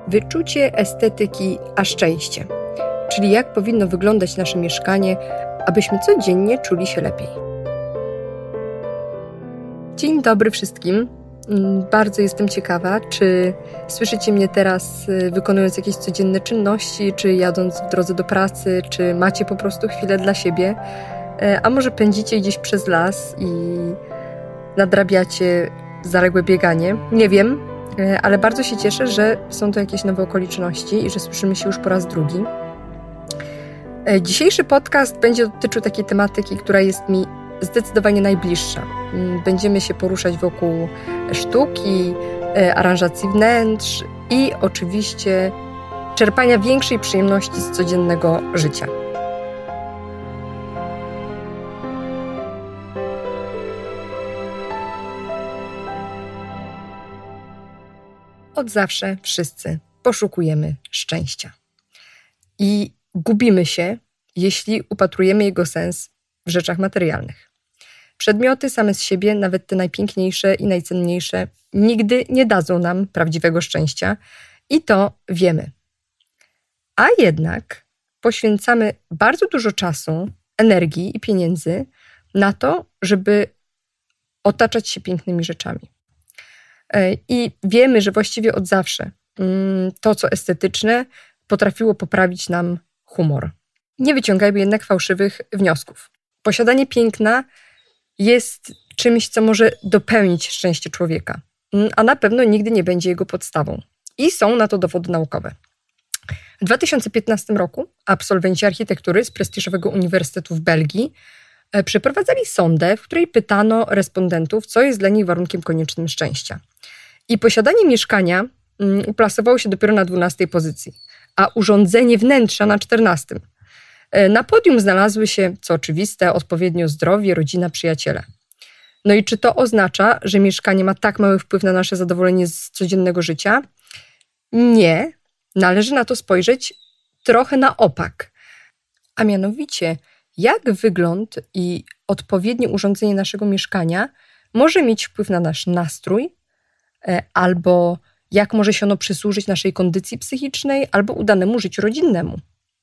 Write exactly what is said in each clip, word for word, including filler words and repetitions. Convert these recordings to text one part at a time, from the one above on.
Wyczucie estetyki, a szczęście. Czyli jak powinno wyglądać nasze mieszkanie, abyśmy codziennie czuli się lepiej. Dzień dobry wszystkim. Bardzo jestem ciekawa, czy słyszycie mnie teraz wykonując jakieś codzienne czynności, czy jadąc w drodze do pracy, czy macie po prostu chwilę dla siebie, a może pędzicie gdzieś przez las i nadrabiacie zaległe bieganie. Nie wiem, ale bardzo się cieszę, że są to jakieś nowe okoliczności i że słyszymy się już po raz drugi. Dzisiejszy podcast będzie dotyczył takiej tematyki, która jest mi zdecydowanie najbliższa. Będziemy się poruszać wokół sztuki, aranżacji wnętrz i oczywiście czerpania większej przyjemności z codziennego życia. Od zawsze wszyscy poszukujemy szczęścia. I gubimy się, jeśli upatrujemy jego sens w rzeczach materialnych. Przedmioty same z siebie, nawet te najpiękniejsze i najcenniejsze, nigdy nie dadzą nam prawdziwego szczęścia i to wiemy. A jednak poświęcamy bardzo dużo czasu, energii i pieniędzy na to, żeby otaczać się pięknymi rzeczami. I wiemy, że właściwie od zawsze to, co estetyczne, potrafiło poprawić nam humor. Nie wyciągajmy jednak fałszywych wniosków. Posiadanie piękna jest czymś, co może dopełnić szczęście człowieka, a na pewno nigdy nie będzie jego podstawą. I są na to dowody naukowe. W dwa tysiące piętnastym roku absolwenci architektury z prestiżowego uniwersytetu w Belgii przeprowadzali sondę, w której pytano respondentów, co jest dla nich warunkiem koniecznym szczęścia. I posiadanie mieszkania uplasowało się dopiero na dwunastej pozycji, a urządzenie wnętrza na czternastym. Na podium znalazły się, co oczywiste, odpowiednio zdrowie, rodzina, przyjaciele. No i czy to oznacza, że mieszkanie ma tak mały wpływ na nasze zadowolenie z codziennego życia? Nie. Należy na to spojrzeć trochę na opak. A mianowicie, jak wygląd i odpowiednie urządzenie naszego mieszkania może mieć wpływ na nasz nastrój, albo jak może się ono przysłużyć naszej kondycji psychicznej, albo udanemu życiu rodzinnemu.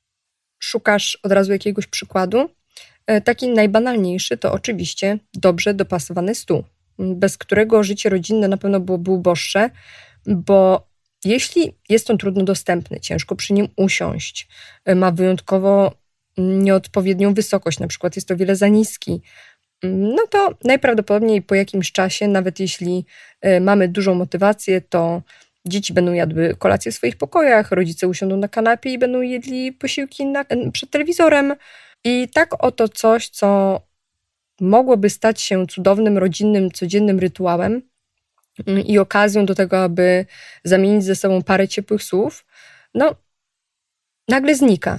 Szukasz od razu jakiegoś przykładu? Taki najbanalniejszy to oczywiście dobrze dopasowany stół, bez którego życie rodzinne na pewno byłoby uboższe, bo jeśli jest on trudno dostępny, ciężko przy nim usiąść, ma wyjątkowo nieodpowiednią wysokość, na przykład jest o wiele za niski, no to najprawdopodobniej po jakimś czasie, nawet jeśli mamy dużą motywację, to dzieci będą jadły kolację w swoich pokojach, rodzice usiądą na kanapie i będą jedli posiłki na, przed telewizorem. I tak oto coś, co mogłoby stać się cudownym, rodzinnym, codziennym rytuałem i okazją do tego, aby zamienić ze sobą parę ciepłych słów, no nagle znika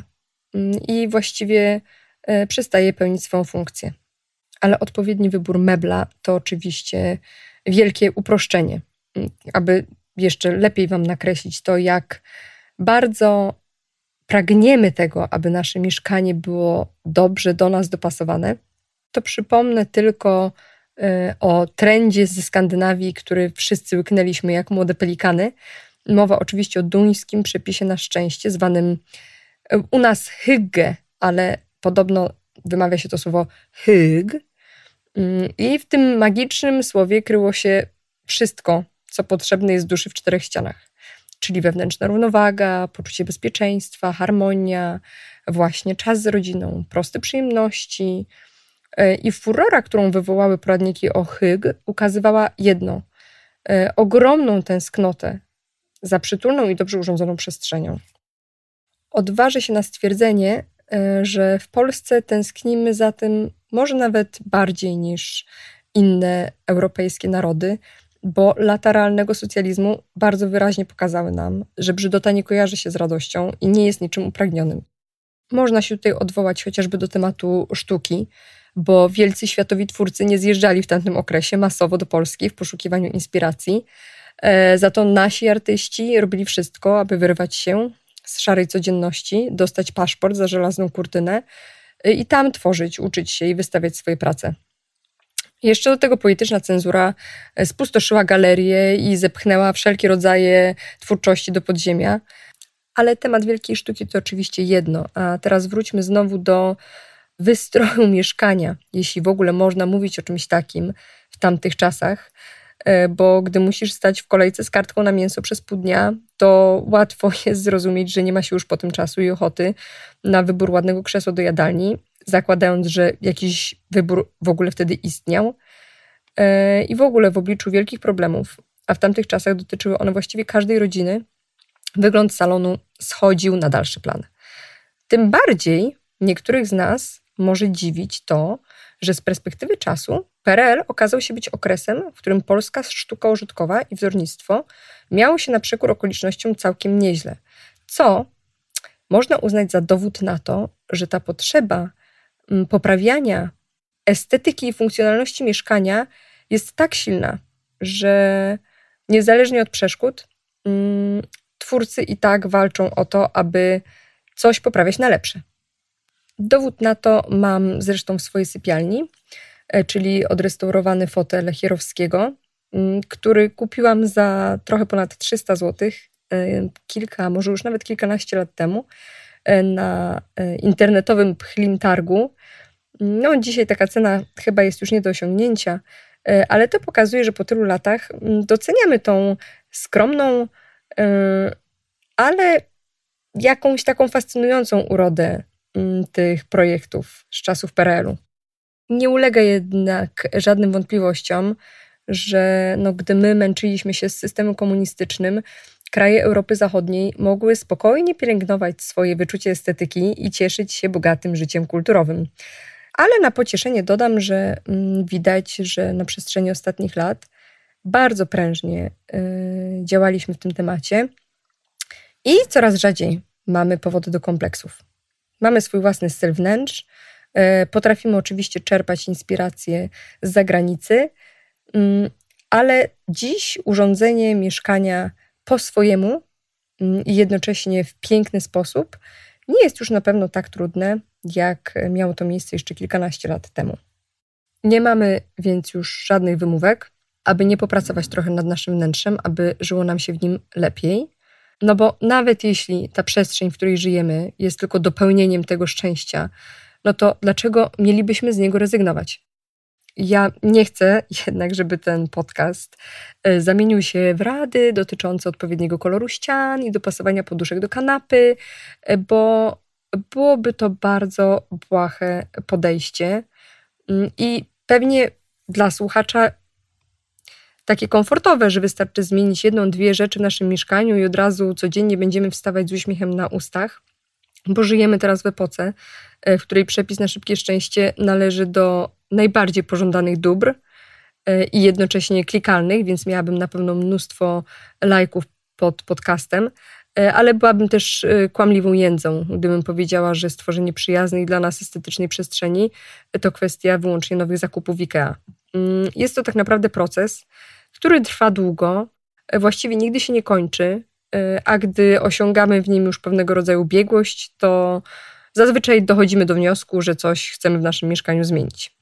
i właściwie przestaje pełnić swoją funkcję. Ale odpowiedni wybór mebla to oczywiście wielkie uproszczenie, aby jeszcze lepiej Wam nakreślić to, jak bardzo pragniemy tego, aby nasze mieszkanie było dobrze do nas dopasowane, to przypomnę tylko y, o trendzie ze Skandynawii, który wszyscy łyknęliśmy jak młode pelikany. Mowa oczywiście o duńskim przepisie na szczęście, zwanym y, u nas hygge, ale podobno wymawia się to słowo hygg. Y, I w tym magicznym słowie kryło się wszystko, co potrzebne jest duszy w czterech ścianach. Czyli wewnętrzna równowaga, poczucie bezpieczeństwa, harmonia, właśnie czas z rodziną, proste przyjemności. I furora, którą wywołały poradniki o hygg, ukazywała jedno, ogromną tęsknotę za przytulną i dobrze urządzoną przestrzenią. Odważę się na stwierdzenie, że w Polsce tęsknimy za tym może nawet bardziej niż inne europejskie narody, bo lata realnego socjalizmu bardzo wyraźnie pokazały nam, że brzydota nie kojarzy się z radością i nie jest niczym upragnionym. Można się tutaj odwołać chociażby do tematu sztuki, bo wielcy światowi twórcy nie zjeżdżali w tamtym okresie masowo do Polski w poszukiwaniu inspiracji. Za to nasi artyści robili wszystko, aby wyrwać się z szarej codzienności, dostać paszport za żelazną kurtynę i tam tworzyć, uczyć się i wystawiać swoje prace. Jeszcze do tego polityczna cenzura spustoszyła galerię i zepchnęła wszelkie rodzaje twórczości do podziemia. Ale temat wielkiej sztuki to oczywiście jedno. A teraz wróćmy znowu do wystroju mieszkania, jeśli w ogóle można mówić o czymś takim w tamtych czasach, bo gdy musisz stać w kolejce z kartką na mięso przez pół dnia, to łatwo jest zrozumieć, że nie ma się już po tym czasu i ochoty na wybór ładnego krzesła do jadalni, zakładając, że jakiś wybór w ogóle wtedy istniał. I w ogóle w obliczu wielkich problemów, a w tamtych czasach dotyczyły one właściwie każdej rodziny, wygląd salonu schodził na dalszy plan. Tym bardziej niektórych z nas może dziwić to, że z perspektywy czasu P R L okazał się być okresem, w którym polska sztuka użytkowa i wzornictwo miało się na przekór okolicznościom całkiem nieźle, co można uznać za dowód na to, że ta potrzeba poprawiania estetyki i funkcjonalności mieszkania jest tak silna, że niezależnie od przeszkód twórcy i tak walczą o to, aby coś poprawiać na lepsze. Dowód na to mam zresztą w swojej sypialni, czyli odrestaurowany fotel Chierowskiego, który kupiłam za trochę ponad trzysta złotych, kilka, może już nawet kilkanaście lat temu, na internetowym pchlim targu. No, dzisiaj taka cena chyba jest już nie do osiągnięcia, ale to pokazuje, że po tylu latach doceniamy tą skromną, ale jakąś taką fascynującą urodę tych projektów z czasów P R L-u. Nie ulega jednak żadnym wątpliwościom, że no, gdy my męczyliśmy się z systemem komunistycznym, kraje Europy Zachodniej mogły spokojnie pielęgnować swoje wyczucie estetyki i cieszyć się bogatym życiem kulturowym. Ale na pocieszenie dodam, że mm, widać, że na przestrzeni ostatnich lat bardzo prężnie y, działaliśmy w tym temacie i coraz rzadziej mamy powody do kompleksów. Mamy swój własny styl wnętrz, y, potrafimy oczywiście czerpać inspiracje z zagranicy, y, ale dziś urządzenie mieszkania po swojemu i y, jednocześnie w piękny sposób nie jest już na pewno tak trudne, jak miało to miejsce jeszcze kilkanaście lat temu. Nie mamy więc już żadnych wymówek, aby nie popracować trochę nad naszym wnętrzem, aby żyło nam się w nim lepiej. No bo nawet jeśli ta przestrzeń, w której żyjemy, jest tylko dopełnieniem tego szczęścia, no to dlaczego mielibyśmy z niego rezygnować? Ja nie chcę jednak, żeby ten podcast zamienił się w rady dotyczące odpowiedniego koloru ścian i dopasowania poduszek do kanapy, bo byłoby to bardzo błahe podejście i pewnie dla słuchacza takie komfortowe, że wystarczy zmienić jedną, dwie rzeczy w naszym mieszkaniu i od razu codziennie będziemy wstawać z uśmiechem na ustach, bo żyjemy teraz w epoce, w której przepis na szybkie szczęście należy do najbardziej pożądanych dóbr i jednocześnie klikalnych, więc miałabym na pewno mnóstwo lajków pod podcastem, ale byłabym też kłamliwą jędzą, gdybym powiedziała, że stworzenie przyjaznej dla nas estetycznej przestrzeni to kwestia wyłącznie nowych zakupów w IKEA. Jest to tak naprawdę proces, który trwa długo, właściwie nigdy się nie kończy, a gdy osiągamy w nim już pewnego rodzaju biegłość, to zazwyczaj dochodzimy do wniosku, że coś chcemy w naszym mieszkaniu zmienić.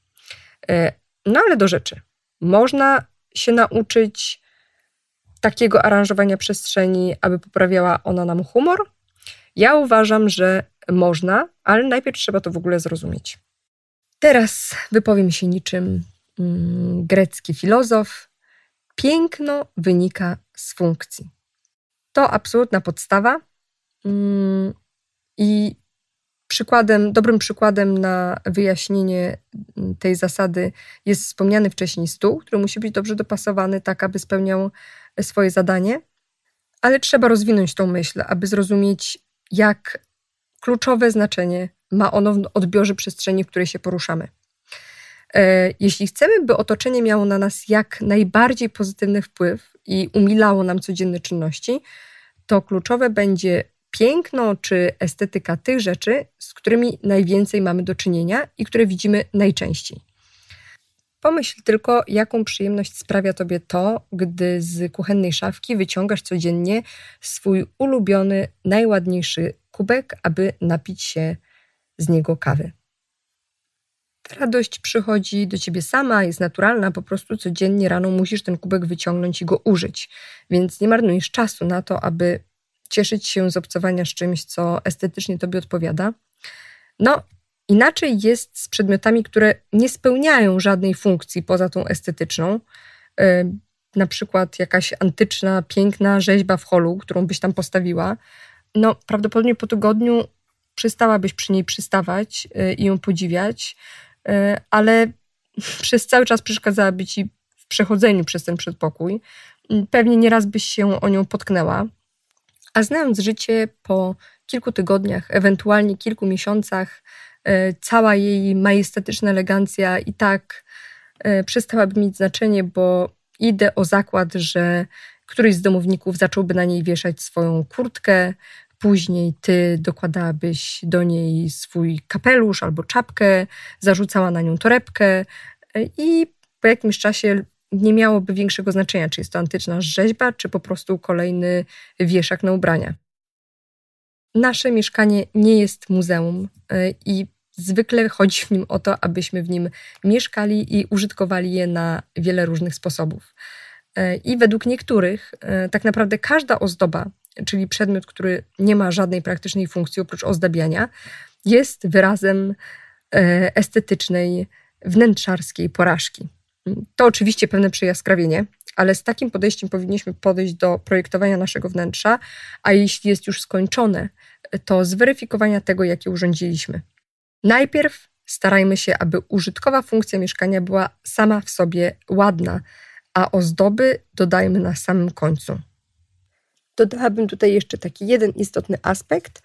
No ale do rzeczy. Można się nauczyć takiego aranżowania przestrzeni, aby poprawiała ona nam humor? Ja uważam, że można, ale najpierw trzeba to w ogóle zrozumieć. Teraz wypowiem się niczym mm, grecki filozof. Piękno wynika z funkcji. To absolutna podstawa mm, i przykładem, dobrym przykładem na wyjaśnienie tej zasady jest wspomniany wcześniej stół, który musi być dobrze dopasowany tak, aby spełniał swoje zadanie, ale trzeba rozwinąć tą myśl, aby zrozumieć, jak kluczowe znaczenie ma ono w odbiorze przestrzeni, w której się poruszamy. Jeśli chcemy, by otoczenie miało na nas jak najbardziej pozytywny wpływ i umilało nam codzienne czynności, to kluczowe będzie piękno czy estetyka tych rzeczy, z którymi najwięcej mamy do czynienia i które widzimy najczęściej. Pomyśl tylko, jaką przyjemność sprawia tobie to, gdy z kuchennej szafki wyciągasz codziennie swój ulubiony, najładniejszy kubek, aby napić się z niego kawy. Ta radość przychodzi do ciebie sama, jest naturalna, po prostu codziennie rano musisz ten kubek wyciągnąć i go użyć. Więc nie marnujesz czasu na to, aby cieszyć się z obcowania z czymś, co estetycznie tobie odpowiada. No, inaczej jest z przedmiotami, które nie spełniają żadnej funkcji poza tą estetyczną. Yy, na przykład jakaś antyczna, piękna rzeźba w holu, którą byś tam postawiła. No, prawdopodobnie po tygodniu przestałabyś przy niej przystawać yy, i ją podziwiać, yy, ale przez cały czas przeszkadzałaby ci w przechodzeniu przez ten przedpokój. Yy, pewnie nieraz byś się o nią potknęła. A znając życie, po kilku tygodniach, ewentualnie kilku miesiącach, cała jej majestatyczna elegancja i tak przestałaby mieć znaczenie, bo idę o zakład, że któryś z domowników zacząłby na niej wieszać swoją kurtkę, później ty dokładałabyś do niej swój kapelusz albo czapkę, zarzucała na nią torebkę i po jakimś czasie nie miałoby większego znaczenia, czy jest to antyczna rzeźba, czy po prostu kolejny wieszak na ubrania. Nasze mieszkanie nie jest muzeum i zwykle chodzi w nim o to, abyśmy w nim mieszkali i użytkowali je na wiele różnych sposobów. I według niektórych tak naprawdę każda ozdoba, czyli przedmiot, który nie ma żadnej praktycznej funkcji oprócz ozdabiania, jest wyrazem estetycznej, wnętrzarskiej porażki. To oczywiście pewne przejaskrawienie, ale z takim podejściem powinniśmy podejść do projektowania naszego wnętrza, a jeśli jest już skończone, to zweryfikowania tego, jakie urządziliśmy. Najpierw starajmy się, aby użytkowa funkcja mieszkania była sama w sobie ładna, a ozdoby dodajmy na samym końcu. Dodałabym tutaj jeszcze taki jeden istotny aspekt,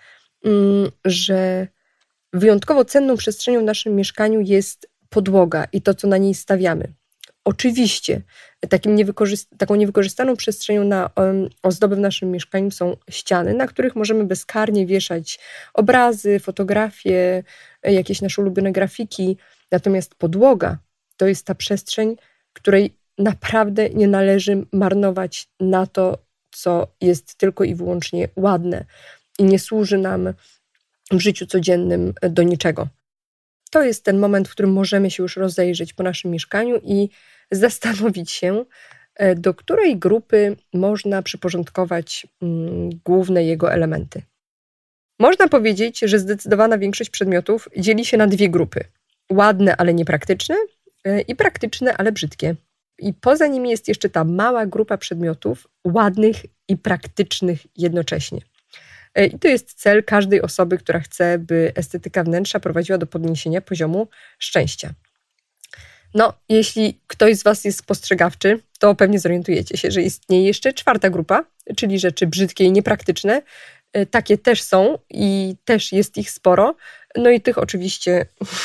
że wyjątkowo cenną przestrzenią w naszym mieszkaniu jest podłoga i to, co na niej stawiamy. Oczywiście takim niewykorzyst- taką niewykorzystaną przestrzenią na um, ozdoby w naszym mieszkaniu są ściany, na których możemy bezkarnie wieszać obrazy, fotografie, jakieś nasze ulubione grafiki. Natomiast podłoga to jest ta przestrzeń, której naprawdę nie należy marnować na to, co jest tylko i wyłącznie ładne i nie służy nam w życiu codziennym do niczego. To jest ten moment, w którym możemy się już rozejrzeć po naszym mieszkaniu i zastanowić się, do której grupy można przyporządkować mm, główne jego elementy. Można powiedzieć, że zdecydowana większość przedmiotów dzieli się na dwie grupy. Ładne, ale niepraktyczne i praktyczne, ale brzydkie. I poza nimi jest jeszcze ta mała grupa przedmiotów ładnych i praktycznych jednocześnie. I to jest cel każdej osoby, która chce, by estetyka wnętrza prowadziła do podniesienia poziomu szczęścia. No, jeśli ktoś z was jest spostrzegawczy, to pewnie zorientujecie się, że istnieje jeszcze czwarta grupa, czyli rzeczy brzydkie i niepraktyczne. Takie też są i też jest ich sporo. No i tych oczywiście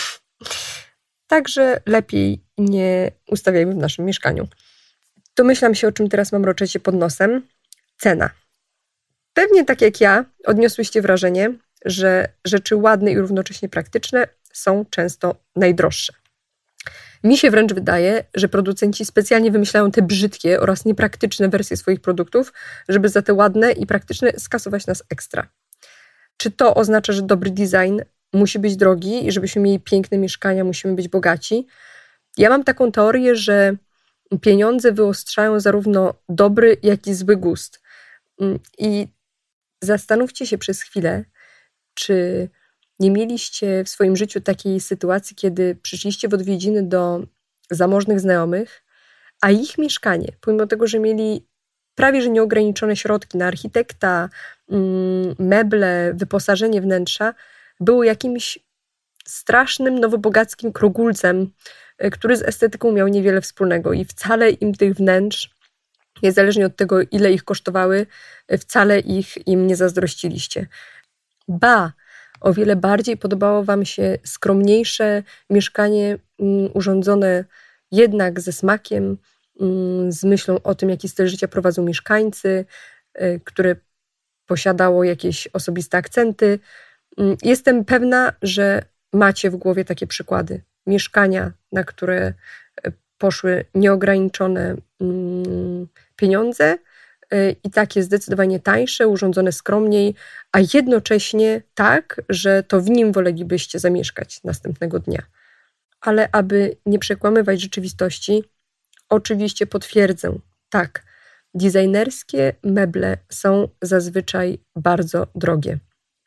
także lepiej nie ustawiajmy w naszym mieszkaniu. Domyślam się, o czym teraz mam roczecie pod nosem. Cena. Pewnie tak jak ja odniosłyście wrażenie, że rzeczy ładne i równocześnie praktyczne są często najdroższe. Mi się wręcz wydaje, że producenci specjalnie wymyślają te brzydkie oraz niepraktyczne wersje swoich produktów, żeby za te ładne i praktyczne skasować nas ekstra. Czy to oznacza, że dobry design musi być drogi i żebyśmy mieli piękne mieszkania, musimy być bogaci? Ja mam taką teorię, że pieniądze wyostrzają zarówno dobry, jak i zły gust. I zastanówcie się przez chwilę, czy nie mieliście w swoim życiu takiej sytuacji, kiedy przyszliście w odwiedziny do zamożnych znajomych, a ich mieszkanie, pomimo tego, że mieli prawie że nieograniczone środki na architekta, meble, wyposażenie wnętrza, było jakimś strasznym, nowobogackim krogulcem, który z estetyką miał niewiele wspólnego i wcale im tych wnętrz, niezależnie od tego, ile ich kosztowały, wcale ich im nie zazdrościliście. Ba, o wiele bardziej podobało wam się skromniejsze mieszkanie um, urządzone jednak ze smakiem, um, z myślą o tym, jaki styl życia prowadzą mieszkańcy, y, które posiadało jakieś osobiste akcenty. Um, jestem pewna, że macie w głowie takie przykłady. Mieszkania, na które poszły nieograniczone um, pieniądze, i takie zdecydowanie tańsze, urządzone skromniej, a jednocześnie tak, że to w nim wolelibyście zamieszkać następnego dnia. ale aby nie przekłamywać rzeczywistości, oczywiście potwierdzę, tak, designerskie meble są zazwyczaj bardzo drogie.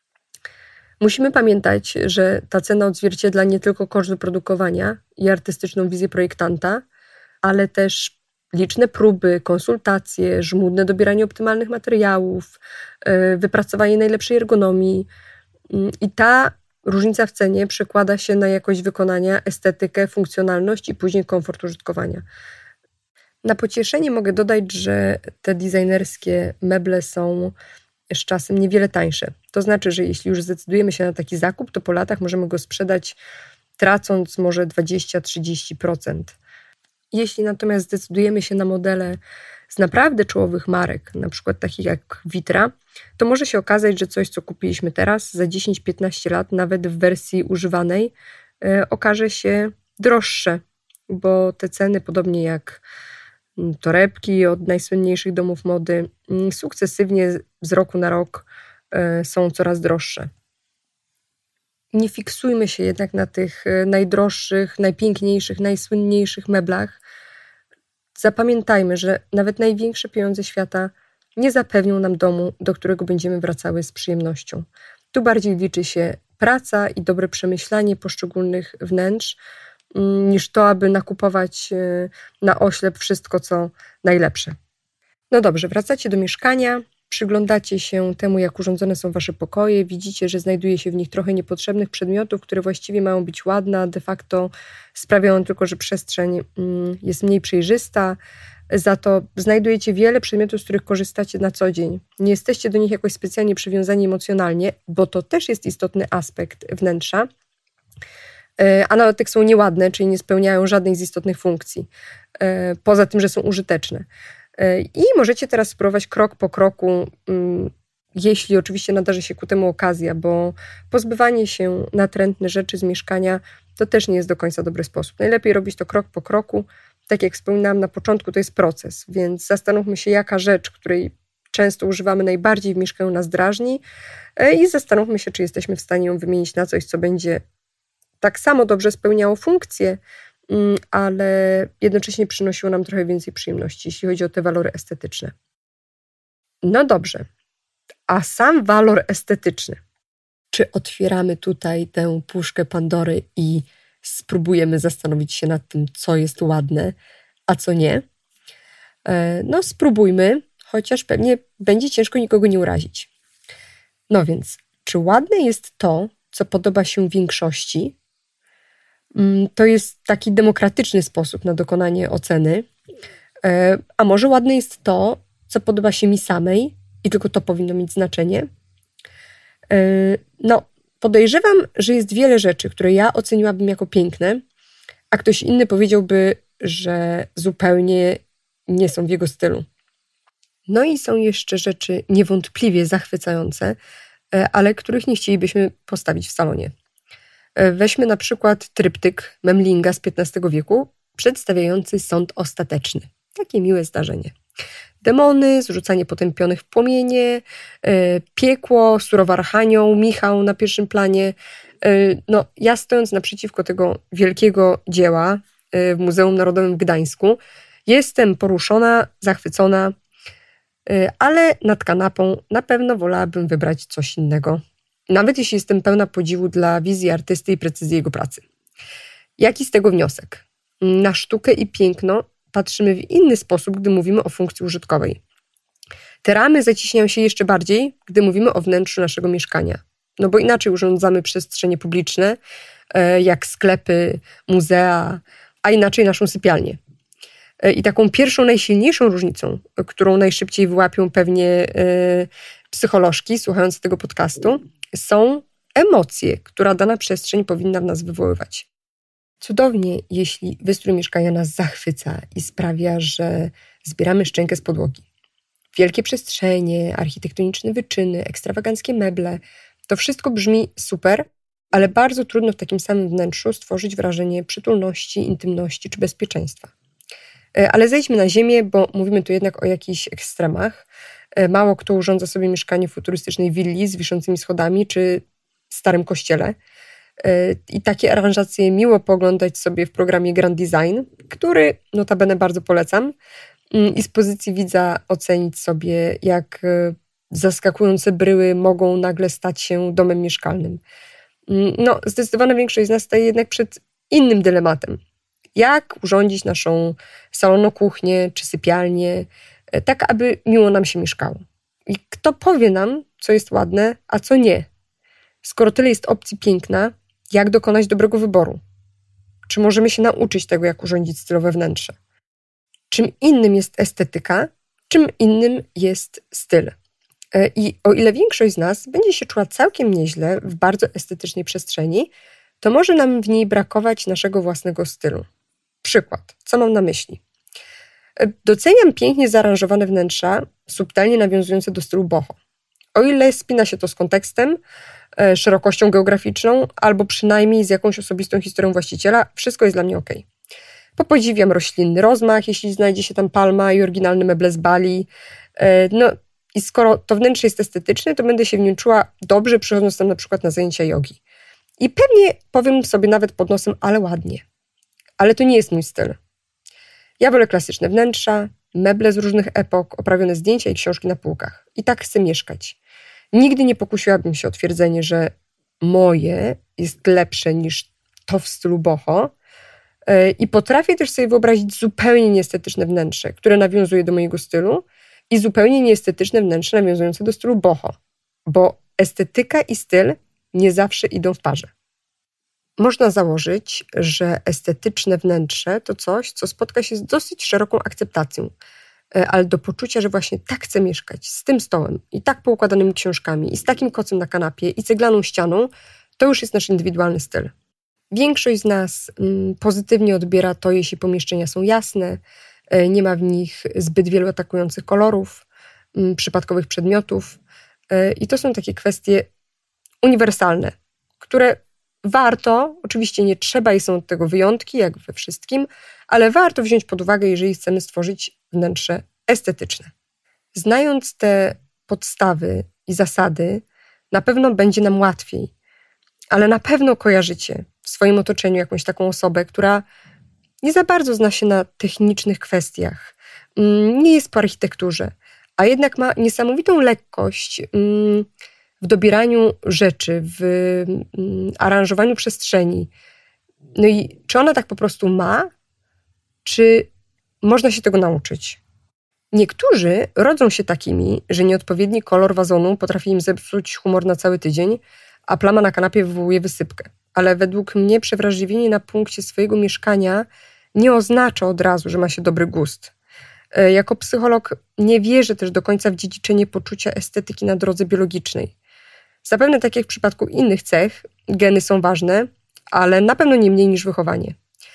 Musimy pamiętać, że ta cena odzwierciedla nie tylko koszt wyprodukowania i artystyczną wizję projektanta, ale też liczne próby, konsultacje, żmudne dobieranie optymalnych materiałów, wypracowanie najlepszej ergonomii. I ta różnica w cenie przekłada się na jakość wykonania, estetykę, funkcjonalność i później komfort użytkowania. Na pocieszenie mogę dodać, że te designerskie meble są z czasem niewiele tańsze. To znaczy, że jeśli już zdecydujemy się na taki zakup, to po latach możemy go sprzedać tracąc może dwadzieścia do trzydziestu procent. Jeśli natomiast zdecydujemy się na modele z naprawdę czołowych marek, na przykład takich jak Vitra, to może się okazać, że coś, co kupiliśmy teraz, za dziesięć do piętnastu lat, nawet w wersji używanej, e, okaże się droższe, bo te ceny, podobnie jak torebki od najsłynniejszych domów mody, sukcesywnie z roku na rok e, są coraz droższe. Nie fiksujmy się jednak na tych najdroższych, najpiękniejszych, najsłynniejszych meblach. Zapamiętajmy, że nawet największe pieniądze świata nie zapewnią nam domu, do którego będziemy wracały z przyjemnością. Tu bardziej liczy się praca i dobre przemyślanie poszczególnych wnętrz, niż to, aby nakupować na oślep wszystko, co najlepsze. No dobrze, wracacie do mieszkania, przyglądacie się temu, jak urządzone są wasze pokoje, widzicie, że znajduje się w nich trochę niepotrzebnych przedmiotów, które właściwie mają być ładne, a de facto sprawiają tylko, że przestrzeń jest mniej przejrzysta. Za to znajdujecie wiele przedmiotów, z których korzystacie na co dzień. Nie jesteście do nich jakoś specjalnie przywiązani emocjonalnie, bo to też jest istotny aspekt wnętrza, a nawet jak są nieładne, czyli nie spełniają żadnej z istotnych funkcji, poza tym, że są użyteczne. I możecie teraz spróbować krok po kroku, jeśli oczywiście nadarzy się ku temu okazja, bo pozbywanie się natrętnych rzeczy z mieszkania to też nie jest do końca dobry sposób. Najlepiej robić to krok po kroku. Tak jak wspominałam na początku, to jest proces, więc zastanówmy się, jaka rzecz, której często używamy najbardziej w mieszkaniu, nas drażni i zastanówmy się, czy jesteśmy w stanie ją wymienić na coś, co będzie tak samo dobrze spełniało funkcję, ale jednocześnie przynosiło nam trochę więcej przyjemności, jeśli chodzi o te walory estetyczne. No dobrze, a sam walor estetyczny. Czy otwieramy tutaj tę puszkę Pandory i spróbujemy zastanowić się nad tym, co jest ładne, a co nie? No spróbujmy, chociaż pewnie będzie ciężko nikogo nie urazić. No więc, czy ładne jest to, co podoba się większości? To jest taki demokratyczny sposób na dokonanie oceny. A może ładne jest to, co podoba się mi samej i tylko to powinno mieć znaczenie? No, podejrzewam, że jest wiele rzeczy, które ja oceniłabym jako piękne, a ktoś inny powiedziałby, że zupełnie nie są w jego stylu. No i są jeszcze rzeczy niewątpliwie zachwycające, ale których nie chcielibyśmy postawić w salonie. Weźmy na przykład tryptyk Memlinga z piętnastego wieku, przedstawiający sąd ostateczny. Takie miłe zdarzenie. Demony, zrzucanie potępionych w płomienie, piekło, surowy archanioł, Michał na pierwszym planie. No, ja stojąc naprzeciwko tego wielkiego dzieła w Muzeum Narodowym w Gdańsku, jestem poruszona, zachwycona, ale nad kanapą na pewno wolałabym wybrać coś innego. Nawet jeśli jestem pełna podziwu dla wizji artysty i precyzji jego pracy. Jaki z tego wniosek? Na sztukę i piękno patrzymy w inny sposób, gdy mówimy o funkcji użytkowej. Te ramy zacieśniają się jeszcze bardziej, gdy mówimy o wnętrzu naszego mieszkania. No bo inaczej urządzamy przestrzenie publiczne, jak sklepy, muzea, a inaczej naszą sypialnię. I taką pierwszą, najsilniejszą różnicą, którą najszybciej wyłapią pewnie psycholożki słuchające tego podcastu, są emocje, które dana przestrzeń powinna w nas wywoływać. Cudownie, jeśli wystrój mieszkania nas zachwyca i sprawia, że zbieramy szczękę z podłogi. Wielkie przestrzenie, architektoniczne wyczyny, ekstrawaganckie meble, to wszystko brzmi super, ale bardzo trudno w takim samym wnętrzu stworzyć wrażenie przytulności, intymności czy bezpieczeństwa. Ale zejdźmy na ziemię, bo mówimy tu jednak o jakichś ekstremach. Mało kto urządza sobie mieszkanie w futurystycznej willi z wiszącymi schodami czy starym kościele. I takie aranżacje miło pooglądać sobie w programie Grand Design, który notabene bardzo polecam, i z pozycji widza ocenić sobie, jak zaskakujące bryły mogą nagle stać się domem mieszkalnym. No, zdecydowana większość z nas staje jednak przed innym dylematem. Jak urządzić naszą salono-kuchnię czy sypialnię, tak aby miło nam się mieszkało? I kto powie nam, co jest ładne, a co nie? Skoro tyle jest opcji piękna, jak dokonać dobrego wyboru? Czy możemy się nauczyć tego, jak urządzić stylowe wnętrze? Czym innym jest estetyka, czym innym jest styl. I o ile większość z nas będzie się czuła całkiem nieźle w bardzo estetycznej przestrzeni, to może nam w niej brakować naszego własnego stylu. Przykład. Co mam na myśli? Doceniam pięknie zaaranżowane wnętrza, subtelnie nawiązujące do stylu boho. O ile spina się to z kontekstem, szerokością geograficzną, albo przynajmniej z jakąś osobistą historią właściciela, wszystko jest dla mnie ok. Popodziwiam roślinny rozmach, jeśli znajdzie się tam palma i oryginalne meble z Bali. No i skoro to wnętrze jest estetyczne, to będę się w nim czuła dobrze, przychodząc tam na przykład na zajęcia jogi. I pewnie powiem sobie nawet pod nosem, ale ładnie. Ale to nie jest mój styl. Ja wolę klasyczne wnętrza, meble z różnych epok, oprawione zdjęcia i książki na półkach. I tak chcę mieszkać. Nigdy nie pokusiłabym się o twierdzenie, że moje jest lepsze niż to w stylu boho. I potrafię też sobie wyobrazić zupełnie nieestetyczne wnętrze, które nawiązuje do mojego stylu, i zupełnie nieestetyczne wnętrze nawiązujące do stylu boho. Bo estetyka i styl nie zawsze idą w parze. Można założyć, że estetyczne wnętrze to coś, co spotka się z dosyć szeroką akceptacją, ale do poczucia, że właśnie tak chcę mieszkać, z tym stołem i tak poukładanymi książkami i z takim kocem na kanapie i ceglaną ścianą, to już jest nasz indywidualny styl. Większość z nas mm, pozytywnie odbiera to, jeśli pomieszczenia są jasne, y, nie ma w nich zbyt wielu atakujących kolorów, y, przypadkowych przedmiotów y, i to są takie kwestie uniwersalne, które warto, oczywiście nie trzeba i są od tego wyjątki, jak we wszystkim, ale warto wziąć pod uwagę, jeżeli chcemy stworzyć wnętrze estetyczne. Znając te podstawy i zasady, na pewno będzie nam łatwiej, ale na pewno kojarzycie w swoim otoczeniu jakąś taką osobę, która nie za bardzo zna się na technicznych kwestiach, nie jest po architekturze, a jednak ma niesamowitą lekkość w dobieraniu rzeczy, w aranżowaniu przestrzeni. No i czy ona tak po prostu ma, czy można się tego nauczyć? Niektórzy rodzą się takimi, że nieodpowiedni kolor wazonu potrafi im zepsuć humor na cały tydzień, a plama na kanapie wywołuje wysypkę. Ale według mnie przewrażliwienie na punkcie swojego mieszkania nie oznacza od razu, że ma się dobry gust. Jako psycholog nie wierzę też do końca w dziedziczenie poczucia estetyki na drodze biologicznej. Zapewne tak jak w przypadku innych cech, geny są ważne, ale na pewno nie mniej niż wychowanie.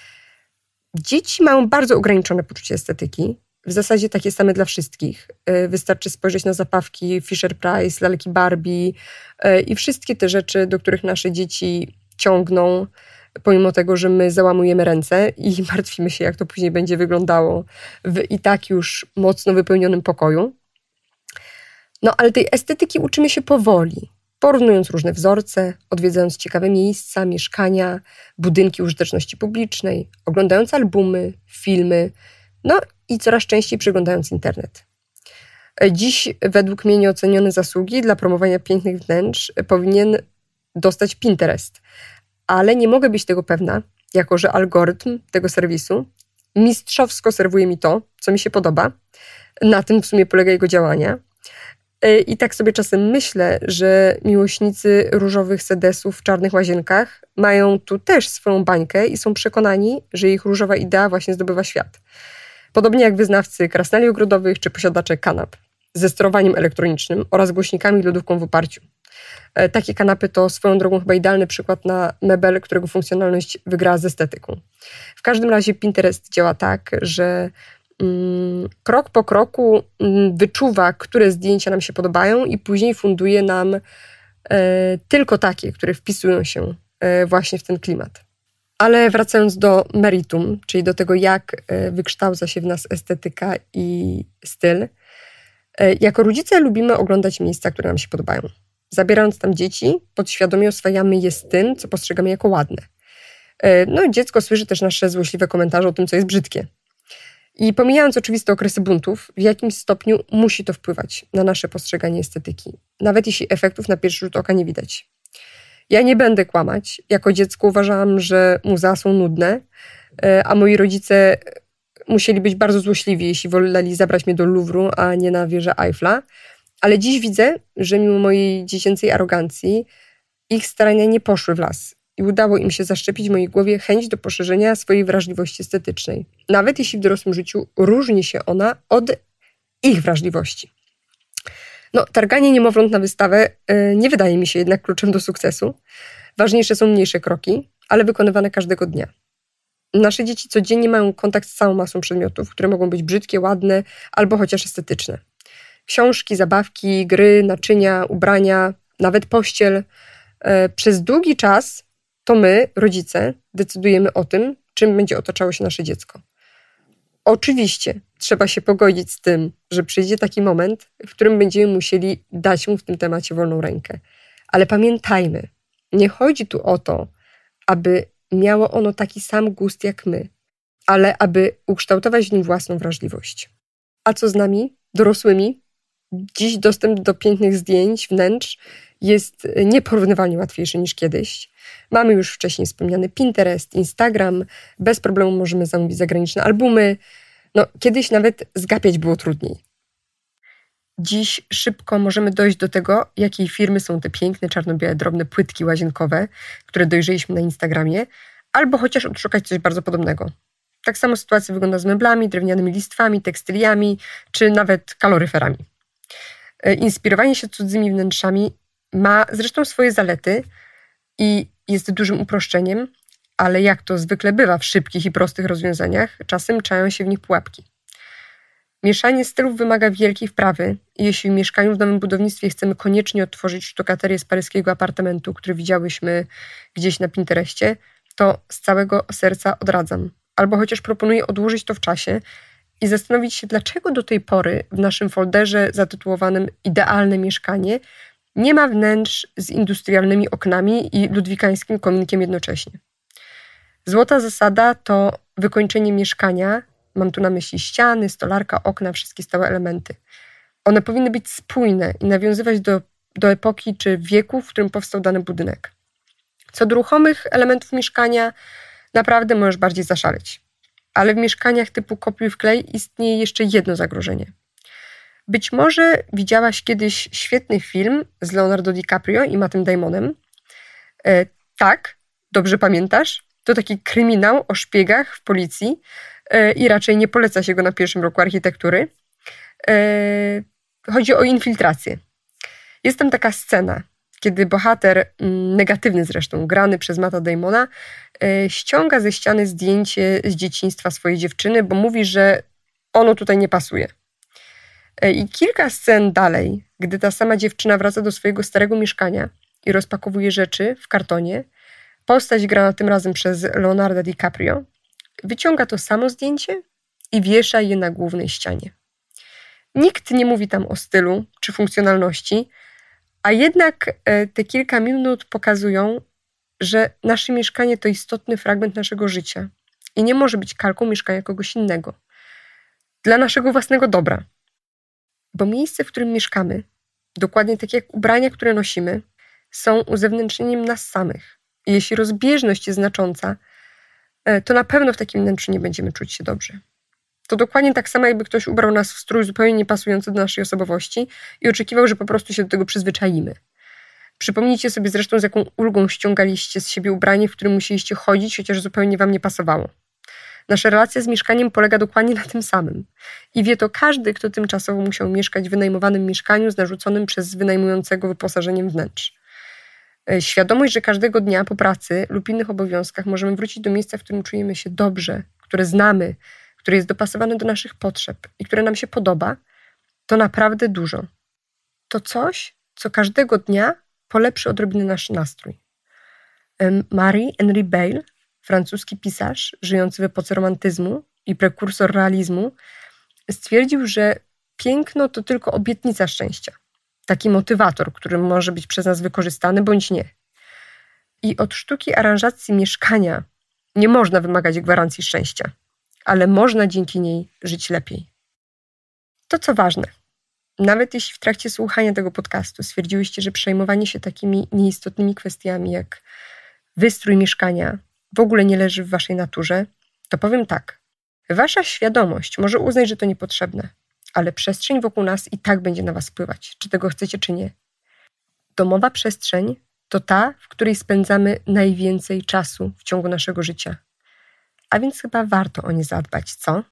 Dzieci mają bardzo ograniczone poczucie estetyki, w zasadzie takie same dla wszystkich. Wystarczy spojrzeć na zabawki Fisher-Price, lalki Barbie i wszystkie te rzeczy, do których nasze dzieci ciągną, pomimo tego, że my załamujemy ręce i martwimy się, jak to później będzie wyglądało w i tak już mocno wypełnionym pokoju. No ale tej estetyki uczymy się powoli, porównując różne wzorce, odwiedzając ciekawe miejsca, mieszkania, budynki użyteczności publicznej, oglądając albumy, filmy, no i coraz częściej przeglądając internet. Dziś według mnie nieocenione zasługi dla promowania pięknych wnętrz powinien dostać Pinterest, ale nie mogę być tego pewna, jako że algorytm tego serwisu mistrzowsko serwuje mi to, co mi się podoba. Na tym w sumie polega jego działania. I tak sobie czasem myślę, że miłośnicy różowych sedesów w czarnych łazienkach mają tu też swoją bańkę i są przekonani, że ich różowa idea właśnie zdobywa świat. Podobnie jak wyznawcy krasnali ogrodowych czy posiadacze kanap ze sterowaniem elektronicznym oraz głośnikami i lodówką w oparciu. Takie kanapy to swoją drogą chyba idealny przykład na mebel, którego funkcjonalność wygrała z estetyką. W każdym razie Pinterest działa tak, że mm, krok po kroku mm, wyczuwa, które zdjęcia nam się podobają i później funduje nam e, tylko takie, które wpisują się e, właśnie w ten klimat. Ale wracając do meritum, czyli do tego, jak e, wykształca się w nas estetyka i styl, e, jako rodzice lubimy oglądać miejsca, które nam się podobają. Zabierając tam dzieci, podświadomie oswajamy je z tym, co postrzegamy jako ładne. No i dziecko słyszy też nasze złośliwe komentarze o tym, co jest brzydkie. I pomijając oczywiste okresy buntów, w jakimś stopniu musi to wpływać na nasze postrzeganie estetyki, nawet jeśli efektów na pierwszy rzut oka nie widać. Ja nie będę kłamać. Jako dziecko uważałam, że muzea są nudne, a moi rodzice musieli być bardzo złośliwi, jeśli woleli zabrać mnie do Louvru, a nie na wieżę Eiffla. Ale dziś widzę, że mimo mojej dziecięcej arogancji ich starania nie poszły w las i udało im się zaszczepić w mojej głowie chęć do poszerzenia swojej wrażliwości estetycznej. Nawet jeśli w dorosłym życiu różni się ona od ich wrażliwości. No, targanie niemowląt na wystawę yy, nie wydaje mi się jednak kluczem do sukcesu. Ważniejsze są mniejsze kroki, ale wykonywane każdego dnia. Nasze dzieci codziennie mają kontakt z całą masą przedmiotów, które mogą być brzydkie, ładne albo chociaż estetyczne. Książki, zabawki, gry, naczynia, ubrania, nawet pościel. Yy, przez długi czas to my, rodzice, decydujemy o tym, czym będzie otaczało się nasze dziecko. Oczywiście trzeba się pogodzić z tym, że przyjdzie taki moment, w którym będziemy musieli dać mu w tym temacie wolną rękę. Ale pamiętajmy, nie chodzi tu o to, aby miało ono taki sam gust jak my, ale aby ukształtować w nim własną wrażliwość. A co z nami, dorosłymi? Dziś dostęp do pięknych zdjęć, wnętrz jest nieporównywalnie łatwiejszy niż kiedyś. Mamy już wcześniej wspomniany Pinterest, Instagram, bez problemu możemy zamówić zagraniczne albumy. No, kiedyś nawet zgapiać było trudniej. Dziś szybko możemy dojść do tego, jakiej firmy są te piękne, czarno-białe, drobne płytki łazienkowe, które dojrzeliśmy na Instagramie, albo chociaż odszukać coś bardzo podobnego. Tak samo sytuacja wygląda z meblami, drewnianymi listwami, tekstyliami, czy nawet kaloryferami. Inspirowanie się cudzymi wnętrzami ma zresztą swoje zalety i jest dużym uproszczeniem, ale jak to zwykle bywa w szybkich i prostych rozwiązaniach, czasem czają się w nich pułapki. Mieszanie stylów wymaga wielkiej wprawy i jeśli w mieszkaniu w nowym budownictwie chcemy koniecznie odtworzyć sztukaterię z paryskiego apartamentu, który widziałyśmy gdzieś na Pinterestie, to z całego serca odradzam. Albo chociaż proponuję odłożyć to w czasie i zastanowić się, dlaczego do tej pory w naszym folderze zatytułowanym Idealne mieszkanie nie ma wnętrz z industrialnymi oknami i ludwikańskim kominkiem jednocześnie. Złota zasada to wykończenie mieszkania, mam tu na myśli ściany, stolarka, okna, wszystkie stałe elementy. One powinny być spójne i nawiązywać do, do epoki czy wieku, w którym powstał dany budynek. Co do ruchomych elementów mieszkania, naprawdę możesz bardziej zaszaleć. Ale w mieszkaniach typu kopiuj wklej istnieje jeszcze jedno zagrożenie. Być może widziałaś kiedyś świetny film z Leonardo DiCaprio i Mattem Damonem. E, tak, dobrze pamiętasz? To taki kryminał o szpiegach w policji e, i raczej nie poleca się go na pierwszym roku architektury. E, chodzi o infiltrację. Jest tam taka scena, kiedy bohater, negatywny zresztą, grany przez Matta Damona, e, ściąga ze ściany zdjęcie z dzieciństwa swojej dziewczyny, bo mówi, że ono tutaj nie pasuje. E, I kilka scen dalej, gdy ta sama dziewczyna wraca do swojego starego mieszkania i rozpakowuje rzeczy w kartonie, postać grana tym razem przez Leonardo DiCaprio wyciąga to samo zdjęcie i wiesza je na głównej ścianie. Nikt nie mówi tam o stylu czy funkcjonalności, a jednak te kilka minut pokazują, że nasze mieszkanie to istotny fragment naszego życia i nie może być kalką mieszkania kogoś innego. Dla naszego własnego dobra. Bo miejsce, w którym mieszkamy, dokładnie tak jak ubrania, które nosimy, są uzewnętrznieniem nas samych. I jeśli rozbieżność jest znacząca, to na pewno w takim wnętrzu nie będziemy czuć się dobrze. To dokładnie tak samo, jakby ktoś ubrał nas w strój zupełnie niepasujący do naszej osobowości i oczekiwał, że po prostu się do tego przyzwyczaimy. Przypomnijcie sobie zresztą, z jaką ulgą ściągaliście z siebie ubranie, w którym musieliście chodzić, chociaż zupełnie wam nie pasowało. Nasza relacja z mieszkaniem polega dokładnie na tym samym. I wie to każdy, kto tymczasowo musiał mieszkać w wynajmowanym mieszkaniu z narzuconym przez wynajmującego wyposażeniem wnętrz. Świadomość, że każdego dnia po pracy lub innych obowiązkach możemy wrócić do miejsca, w którym czujemy się dobrze, które znamy, które jest dopasowane do naszych potrzeb i które nam się podoba, to naprawdę dużo. To coś, co każdego dnia polepszy odrobinę nasz nastrój. Marie-Henri Beyle, francuski pisarz żyjący w epoce romantyzmu i prekursor realizmu, stwierdził, że piękno to tylko obietnica szczęścia. taki motywator, który może być przez nas wykorzystany bądź nie. I od sztuki aranżacji mieszkania nie można wymagać gwarancji szczęścia, ale można dzięki niej żyć lepiej. To co ważne, nawet jeśli w trakcie słuchania tego podcastu stwierdziłyście, że przejmowanie się takimi nieistotnymi kwestiami jak wystrój mieszkania w ogóle nie leży w waszej naturze, to powiem tak. Wasza świadomość może uznać, że to niepotrzebne, ale przestrzeń wokół nas i tak będzie na was wpływać, czy tego chcecie, czy nie. Domowa przestrzeń to ta, w której spędzamy najwięcej czasu w ciągu naszego życia. A więc chyba warto o nie zadbać, co?